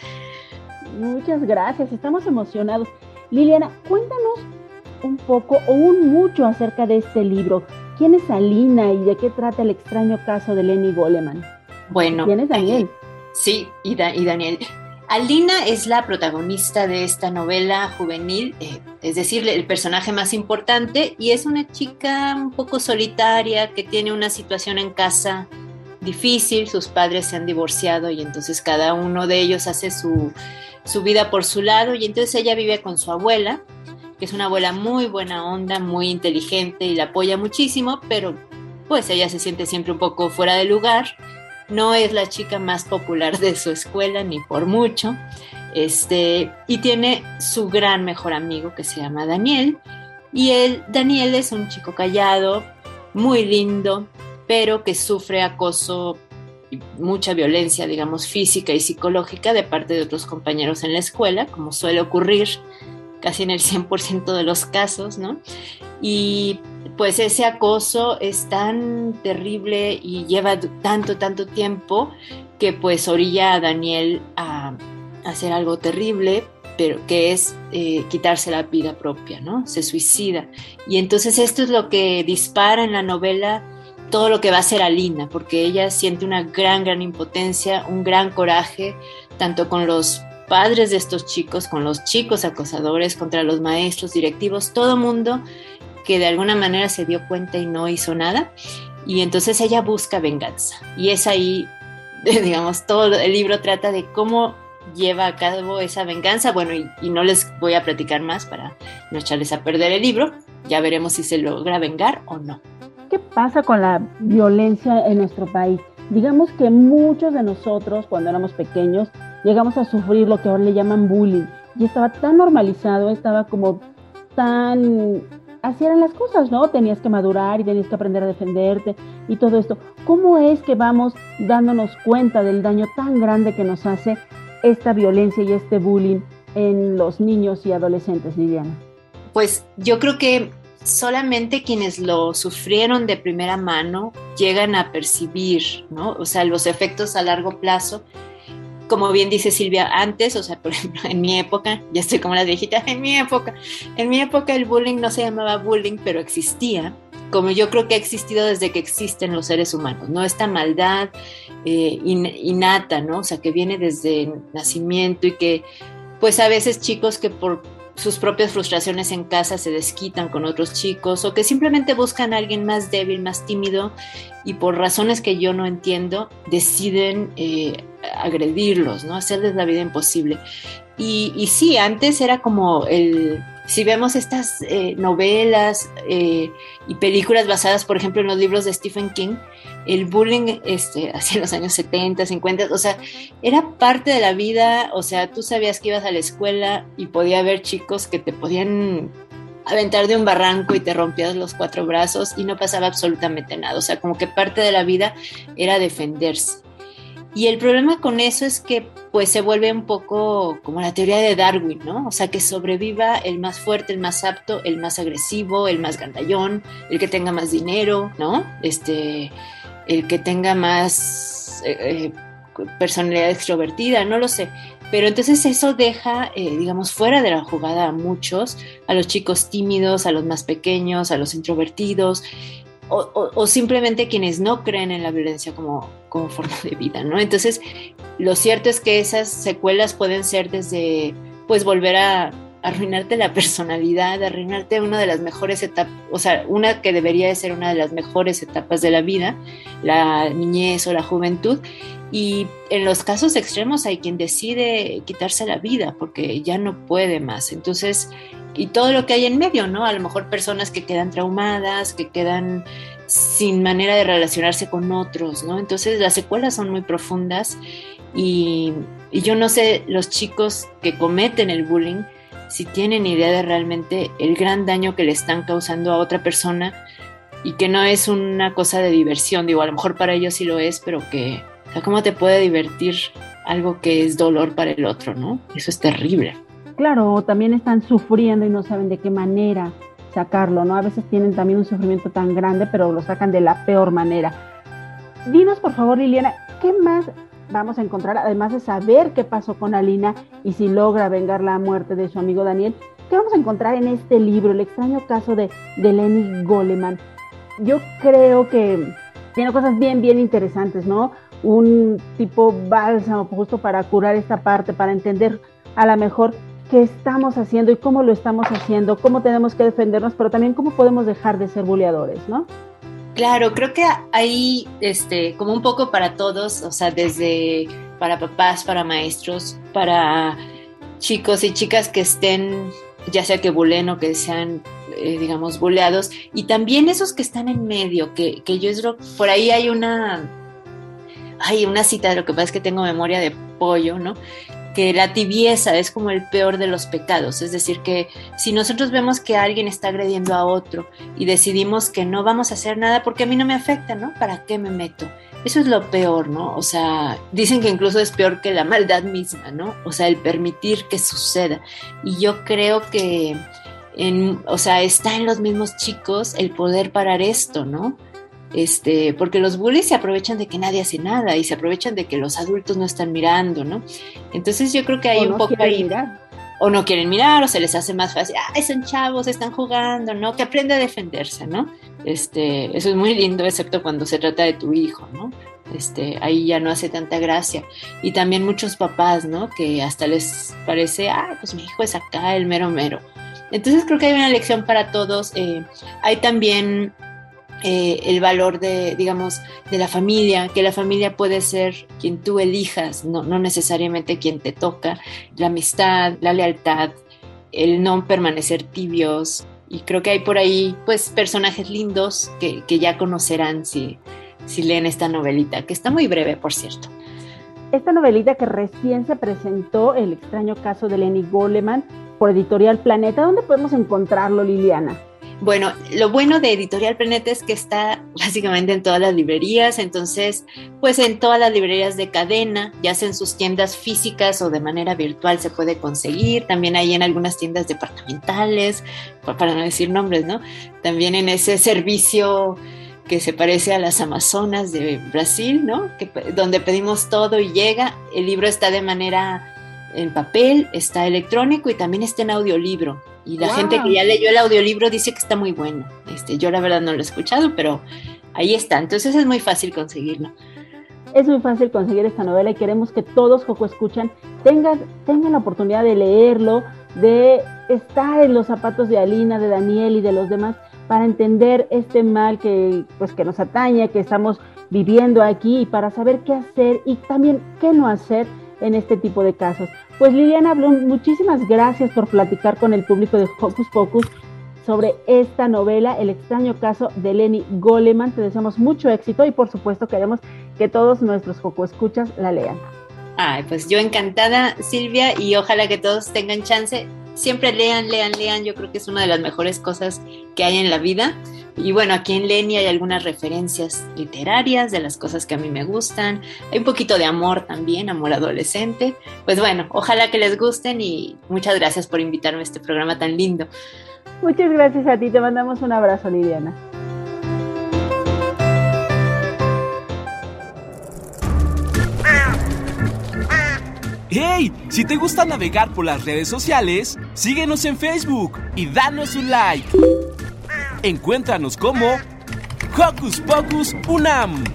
Muchas gracias, estamos emocionados. Liliana, cuéntanos un poco o un mucho acerca de este libro. ¿Quién es Alina y de qué trata el extraño caso de Lenny Goleman? Bueno. ¿Quién es Daniel? Eh, sí, y, da, y Daniel. Alina es la protagonista de esta novela juvenil, eh, es decir, el personaje más importante, y es una chica un poco solitaria que tiene una situación en casa difícil. Sus padres se han divorciado y entonces cada uno de ellos hace su, su vida por su lado, y entonces ella vive con su abuela, que es una abuela muy buena onda, muy inteligente y la apoya muchísimo, pero pues ella se siente siempre un poco fuera de lugar. No es la chica más popular de su escuela, ni por mucho, este, y tiene su gran mejor amigo que se llama Daniel, y él, Daniel es un chico callado, muy lindo, pero que sufre acoso y mucha violencia, digamos, física y psicológica de parte de otros compañeros en la escuela, como suele ocurrir casi en el cien por ciento de los casos, ¿no? Y pues ese acoso es tan terrible y lleva tanto, tanto tiempo que pues orilla a Daniel a hacer algo terrible, pero que es eh, quitarse la vida propia, ¿no? Se suicida. Y entonces esto es lo que dispara en la novela todo lo que va a hacer Alina, porque ella siente una gran, gran impotencia, un gran coraje, tanto con los padres de estos chicos, con los chicos acosadores, contra los maestros, directivos, todo mundo que de alguna manera se dio cuenta y no hizo nada, y entonces ella busca venganza, y es ahí, digamos, todo el libro trata de cómo lleva a cabo esa venganza. Bueno, y, y no les voy a platicar más para no echarles a perder el libro, ya veremos si se logra vengar o no. ¿Qué pasa con la violencia en nuestro país? Digamos que muchos de nosotros, cuando éramos pequeños, llegamos a sufrir lo que ahora le llaman bullying, y estaba tan normalizado, estaba como tan... así eran las cosas, ¿no? Tenías que madurar y tenías que aprender a defenderte y todo esto. ¿Cómo es que vamos dándonos cuenta del daño tan grande que nos hace esta violencia y este bullying en los niños y adolescentes, Liliana? Pues yo creo que solamente quienes lo sufrieron de primera mano llegan a percibir, ¿no? O sea, los efectos a largo plazo. Como bien dice Silvia, antes, o sea, por ejemplo, en mi época, ya estoy como las viejitas, en mi época, en mi época el bullying no se llamaba bullying, pero existía, como yo creo que ha existido desde que existen los seres humanos, ¿no? Esta maldad eh, in, innata, ¿no? O sea, que viene desde el nacimiento y que, pues a veces chicos que por sus propias frustraciones en casa se desquitan con otros chicos o que simplemente buscan a alguien más débil, más tímido y por razones que yo no entiendo deciden eh, agredirlos, ¿no? Hacerles la vida imposible. Y, y sí, antes era como el... Si vemos estas eh, novelas eh, y películas basadas, por ejemplo, en los libros de Stephen King, el bullying este, hacia los años setenta, cincuenta, o sea, era parte de la vida, o sea, tú sabías que ibas a la escuela y podía haber chicos que te podían aventar de un barranco y te rompías los cuatro brazos y no pasaba absolutamente nada, o sea, como que parte de la vida era defenderse. Y el problema con eso es que pues se vuelve un poco como la teoría de Darwin, ¿no? O sea, que sobreviva el más fuerte, el más apto, el más agresivo, el más gandallón, el que tenga más dinero, ¿no? Este, el que tenga más eh, personalidad extrovertida, no lo sé. Pero entonces eso deja, eh, digamos, fuera de la jugada a muchos, a los chicos tímidos, a los más pequeños, a los introvertidos, O, o, o simplemente quienes no creen en la violencia como, como forma de vida, ¿no? Entonces, lo cierto es que esas secuelas pueden ser desde, pues, volver a, a arruinarte la personalidad, arruinarte una de las mejores etapas, o sea, una que debería de ser una de las mejores etapas de la vida, la niñez o la juventud, y en los casos extremos hay quien decide quitarse la vida porque ya no puede más, entonces... Y todo lo que hay en medio, ¿no? A lo mejor personas que quedan traumadas, que quedan sin manera de relacionarse con otros, ¿no? Entonces las secuelas son muy profundas y, y yo no sé los chicos que cometen el bullying si tienen idea de realmente el gran daño que le están causando a otra persona y que no es una cosa de diversión, digo, a lo mejor para ellos sí lo es, pero que, o sea, ¿cómo te puede divertir algo que es dolor para el otro, ¿no? Eso es terrible. Claro, también están sufriendo y no saben de qué manera sacarlo, ¿no? A veces tienen también un sufrimiento tan grande, pero lo sacan de la peor manera. Dinos, por favor, Liliana, ¿qué más vamos a encontrar? Además de saber qué pasó con Alina y si logra vengar la muerte de su amigo Daniel, ¿qué vamos a encontrar en este libro, El extraño caso de, de Lenny Goleman? Yo creo que tiene cosas bien, bien interesantes, ¿no? Un tipo bálsamo justo para curar esta parte, para entender a lo mejor qué estamos haciendo y cómo lo estamos haciendo, cómo tenemos que defendernos, pero también cómo podemos dejar de ser buleadores, ¿no? Claro, creo que hay este, como un poco para todos, o sea, desde para papás, para maestros, para chicos y chicas que estén, ya sea que buleen o que sean, eh, digamos, buleados, y también esos que están en medio, que, que yo es lo, por ahí hay una, hay una cita, lo que pasa es que tengo memoria de pollo, ¿no? Que la tibieza es como el peor de los pecados, es decir, que si nosotros vemos que alguien está agrediendo a otro y decidimos que no vamos a hacer nada porque a mí no me afecta, ¿no? ¿Para qué me meto? Eso es lo peor, ¿no? O sea, dicen que incluso es peor que la maldad misma, ¿no? O sea, el permitir que suceda. Y yo creo que, en, o sea, está en los mismos chicos el poder parar esto, ¿no? Este, porque los bullies se aprovechan de que nadie hace nada y se aprovechan de que los adultos no están mirando, ¿no? Entonces yo creo que hay o un no poco ahí, mirar. o no quieren mirar, o se les hace más fácil, ay, son chavos, están jugando, ¿no? Que aprende a defenderse, ¿no? Este, eso es muy lindo, excepto cuando se trata de tu hijo, ¿no? Este, ahí ya no hace tanta gracia. Y también muchos papás, ¿no? Que hasta les parece, ah, pues mi hijo es acá, el mero mero. Entonces creo que hay una lección para todos. Eh, hay también Eh, el valor de, digamos, de la familia, que la familia puede ser quien tú elijas, no, no necesariamente quien te toca, la amistad, la lealtad, el no permanecer tibios, y creo que hay por ahí, pues, personajes lindos que, que ya conocerán si, si leen esta novelita, que está muy breve, por cierto. Esta novelita que recién se presentó, El extraño caso de Lenny Goleman, por Editorial Planeta, ¿dónde podemos encontrarlo, Liliana? Bueno, lo bueno de Editorial Planeta es que está básicamente en todas las librerías, entonces, pues en todas las librerías de cadena, ya sea en sus tiendas físicas o de manera virtual se puede conseguir, también hay en algunas tiendas departamentales, para no decir nombres, ¿no? También en ese servicio que se parece a las Amazonas de Brasil, ¿no? Que, donde pedimos todo y llega, el libro está de manera en papel, está electrónico y también está en audiolibro. Y la wow. gente que ya leyó el audiolibro dice que está muy bueno. Este, yo la verdad no lo he escuchado, pero ahí está. Entonces es muy fácil conseguirlo. Es muy fácil conseguir esta novela y queremos que todos Joco Escuchan tengan, tengan la oportunidad de leerlo, de estar en los zapatos de Alina, de Daniel y de los demás para entender este mal que, pues, que nos atañe, que estamos viviendo aquí y para saber qué hacer y también qué no hacer en este tipo de casos. Pues Liliana Blum, muchísimas gracias por platicar con el público de Hocus Pocus sobre esta novela, El extraño caso de Lenny Goleman. Te deseamos mucho éxito y por supuesto queremos que todos nuestros Joco Escuchas la lean. Ay, pues yo encantada, Silvia, y ojalá que todos tengan chance. Siempre lean, lean, lean. Yo creo que es una de las mejores cosas que hay en la vida. Y bueno, aquí en Lenny hay algunas referencias literarias de las cosas que a mí me gustan. Hay un poquito de amor también, amor adolescente. Pues bueno, ojalá que les gusten y muchas gracias por invitarme a este programa tan lindo. Muchas gracias a ti, te mandamos un abrazo, Liliana. ¡Hey! Si te gusta navegar por las redes sociales, síguenos en Facebook y danos un like. Encuéntranos como Hocus Pocus UNAM.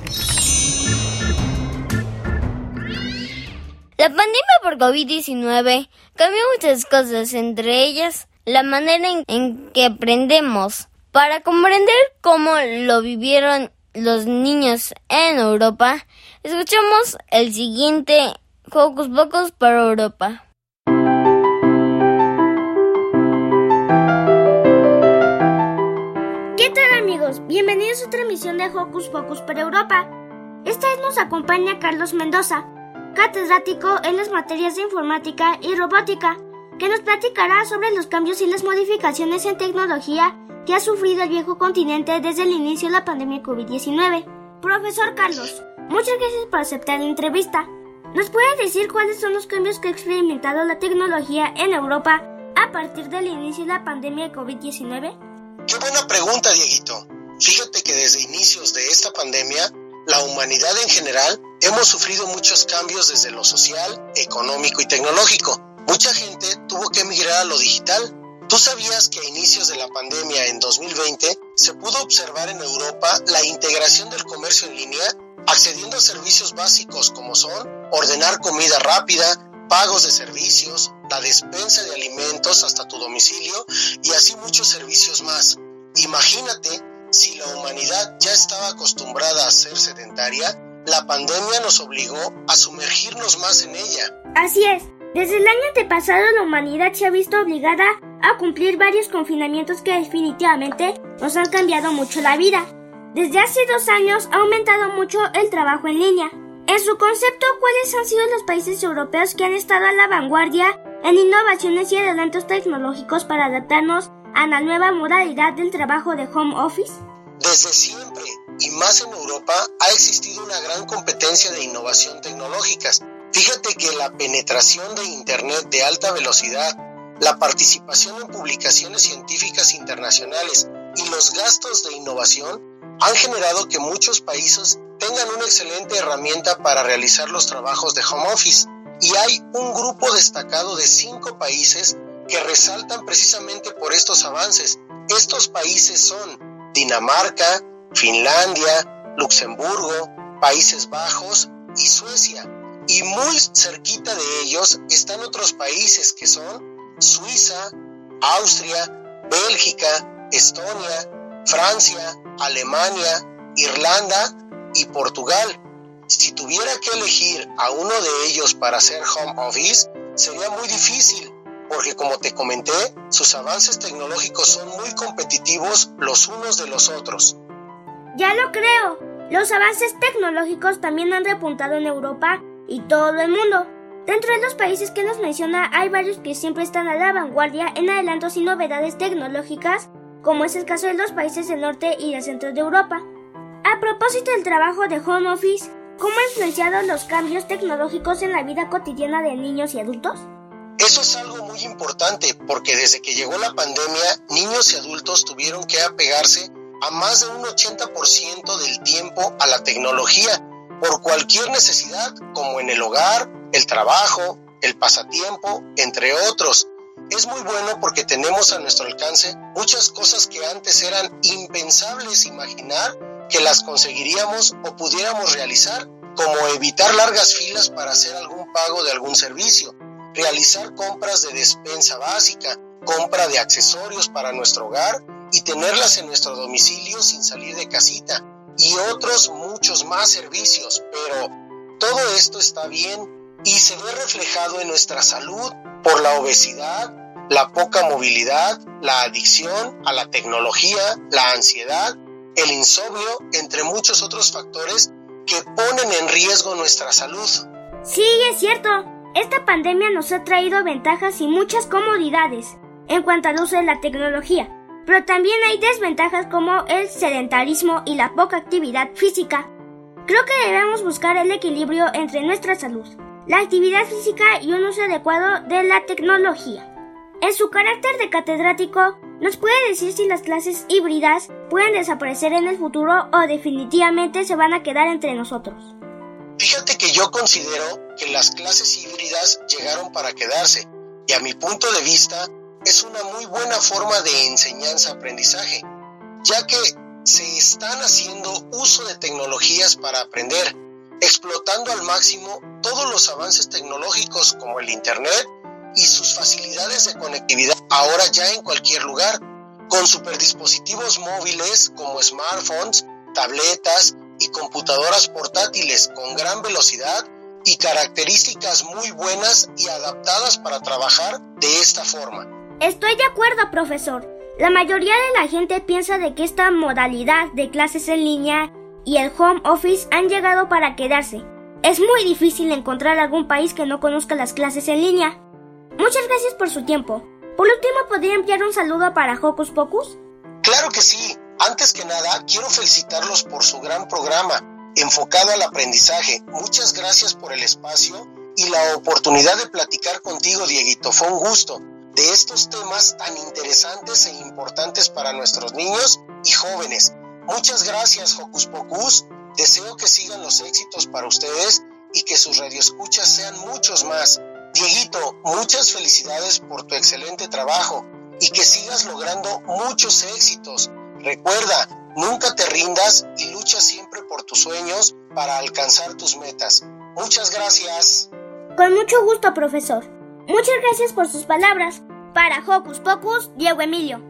La pandemia por covid diecinueve cambió muchas cosas, entre ellas la manera en, en que aprendemos. Para comprender cómo lo vivieron los niños en Europa, escuchamos el siguiente Hocus Pocus para Europa. ¿Qué tal, amigos? Bienvenidos a otra emisión de Hocus Pocus para Europa. Esta vez nos acompaña Carlos Mendoza, catedrático en las materias de informática y robótica, que nos platicará sobre los cambios y las modificaciones en tecnología que ha sufrido el viejo continente desde el inicio de la pandemia covid diecinueve. Profesor Carlos, muchas gracias por aceptar la entrevista. ¿Nos puede decir cuáles son los cambios que ha experimentado la tecnología en Europa a partir del inicio de la pandemia de covid diecinueve? Qué buena pregunta, Dieguito. Fíjate que desde inicios de esta pandemia, la humanidad en general hemos sufrido muchos cambios desde lo social, económico y tecnológico. Mucha gente tuvo que emigrar a lo digital. ¿Tú sabías que a inicios de la pandemia en dos mil veinte se pudo observar en Europa la integración del comercio en línea, accediendo a servicios básicos como son ordenar comida rápida, pagos de servicios, la despensa de alimentos hasta tu domicilio y así muchos servicios más? Imagínate, si la humanidad ya estaba acostumbrada a ser sedentaria, la pandemia nos obligó a sumergirnos más en ella. Así es. Desde el año antepasado la humanidad se ha visto obligada a cumplir varios confinamientos que definitivamente nos han cambiado mucho la vida. Desde hace dos años ha aumentado mucho el trabajo en línea. En su concepto, ¿cuáles han sido los países europeos que han estado a la vanguardia en innovaciones y adelantos tecnológicos para adaptarnos a la nueva modalidad del trabajo de home office? Desde siempre, y más en Europa, ha existido una gran competencia de innovación tecnológicas. Fíjate que la penetración de Internet de alta velocidad, la participación en publicaciones científicas internacionales y los gastos de innovación han generado que muchos países tengan una excelente herramienta para realizar los trabajos de home office. Y hay un grupo destacado de cinco países que resaltan precisamente por estos avances. Estos países son Dinamarca, Finlandia, Luxemburgo, Países Bajos y Suecia. Y muy cerquita de ellos están otros países que son Suiza, Austria, Bélgica, Estonia, Francia, Alemania, Irlanda y Portugal. Si tuviera que elegir a uno de ellos para hacer home office, sería muy difícil, porque como te comenté, sus avances tecnológicos son muy competitivos los unos de los otros. Ya lo creo. Los avances tecnológicos también han repuntado en Europa y todo el mundo. Dentro de los países que nos menciona hay varios que siempre están a la vanguardia en adelantos y novedades tecnológicas como es el caso de los países del norte y del centro de Europa. A propósito del trabajo de home office, ¿cómo han influenciado los cambios tecnológicos en la vida cotidiana de niños y adultos? Eso es algo muy importante porque desde que llegó la pandemia, niños y adultos tuvieron que apegarse a más de un ochenta por ciento del tiempo a la tecnología por cualquier necesidad, como en el hogar, el trabajo, el pasatiempo, entre otros. Es muy bueno porque tenemos a nuestro alcance muchas cosas que antes eran impensables imaginar que las conseguiríamos o pudiéramos realizar, como evitar largas filas para hacer algún pago de algún servicio, realizar compras de despensa básica, compra de accesorios para nuestro hogar y tenerlas en nuestro domicilio sin salir de casita, y otros muchos más servicios. Pero todo esto está bien y se ve reflejado en nuestra salud por la obesidad, la poca movilidad, la adicción a la tecnología, la ansiedad, el insomnio, entre muchos otros factores que ponen en riesgo nuestra salud. Sí, es cierto. Esta pandemia nos ha traído ventajas y muchas comodidades en cuanto al uso de la tecnología, pero también hay desventajas como el sedentarismo y la poca actividad física. Creo que debemos buscar el equilibrio entre nuestra salud, la actividad física y un uso adecuado de la tecnología. En su carácter de catedrático, ¿nos puede decir si las clases híbridas pueden desaparecer en el futuro o definitivamente se van a quedar entre nosotros? Fíjate que yo considero que las clases híbridas llegaron para quedarse y a mi punto de vista es una muy buena forma de enseñanza-aprendizaje, ya que se están haciendo uso de tecnologías para aprender, explotando al máximo todos los avances tecnológicos como el Internet y sus facilidades de conectividad ahora ya en cualquier lugar, con superdispositivos móviles como smartphones, tabletas y computadoras portátiles con gran velocidad y características muy buenas y adaptadas para trabajar de esta forma. Estoy de acuerdo, profesor. La mayoría de la gente piensa de que esta modalidad de clases en línea y el home office han llegado para quedarse. Es muy difícil encontrar algún país que no conozca las clases en línea. Muchas gracias por su tiempo. Por último, ¿podría enviar un saludo para Hocus Pocus? Claro que sí. Antes que nada, quiero felicitarlos por su gran programa, enfocado al aprendizaje. Muchas gracias por el espacio y la oportunidad de platicar contigo, Dieguito. Fue un gusto. De estos temas tan interesantes e importantes para nuestros niños y jóvenes. Muchas gracias, Hocus Pocus. Deseo que sigan los éxitos para ustedes y que sus radioescuchas sean muchos más. Dieguito, muchas felicidades por tu excelente trabajo y que sigas logrando muchos éxitos. Recuerda, nunca te rindas y lucha siempre por tus sueños para alcanzar tus metas. Muchas gracias. Con mucho gusto, profesor. Muchas gracias por sus palabras. Para Hocus Pocus, Diego Emilio.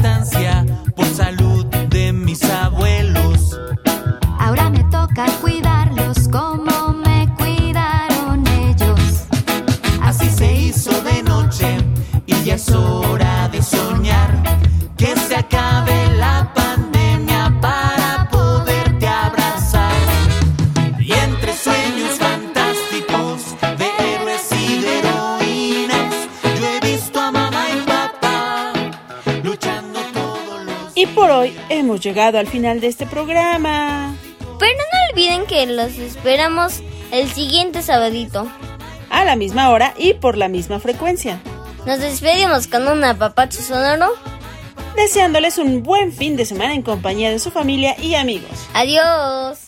distancia por salud de mis abuelos. Ahora me toca cuidarlos como me cuidaron ellos. Así se hizo de noche y ya es hora de soñar que se acabe la pandemia para poderte abrazar. Y entre sueños fantásticos de héroes y de heroínas, yo he visto a mamá y papá luchando todos los... Y por hoy hemos llegado al final de este programa. Pero no olviden que los esperamos el siguiente sabadito. A la misma hora y por la misma frecuencia. Nos despedimos con un apapacho sonoro, deseándoles un buen fin de semana en compañía de su familia y amigos. ¡Adiós!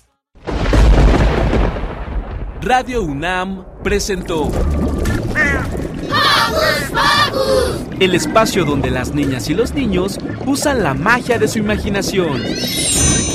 Radio UNAM presentó ¡Hocus Pocus! El espacio donde las niñas y los niños usan la magia de su imaginación.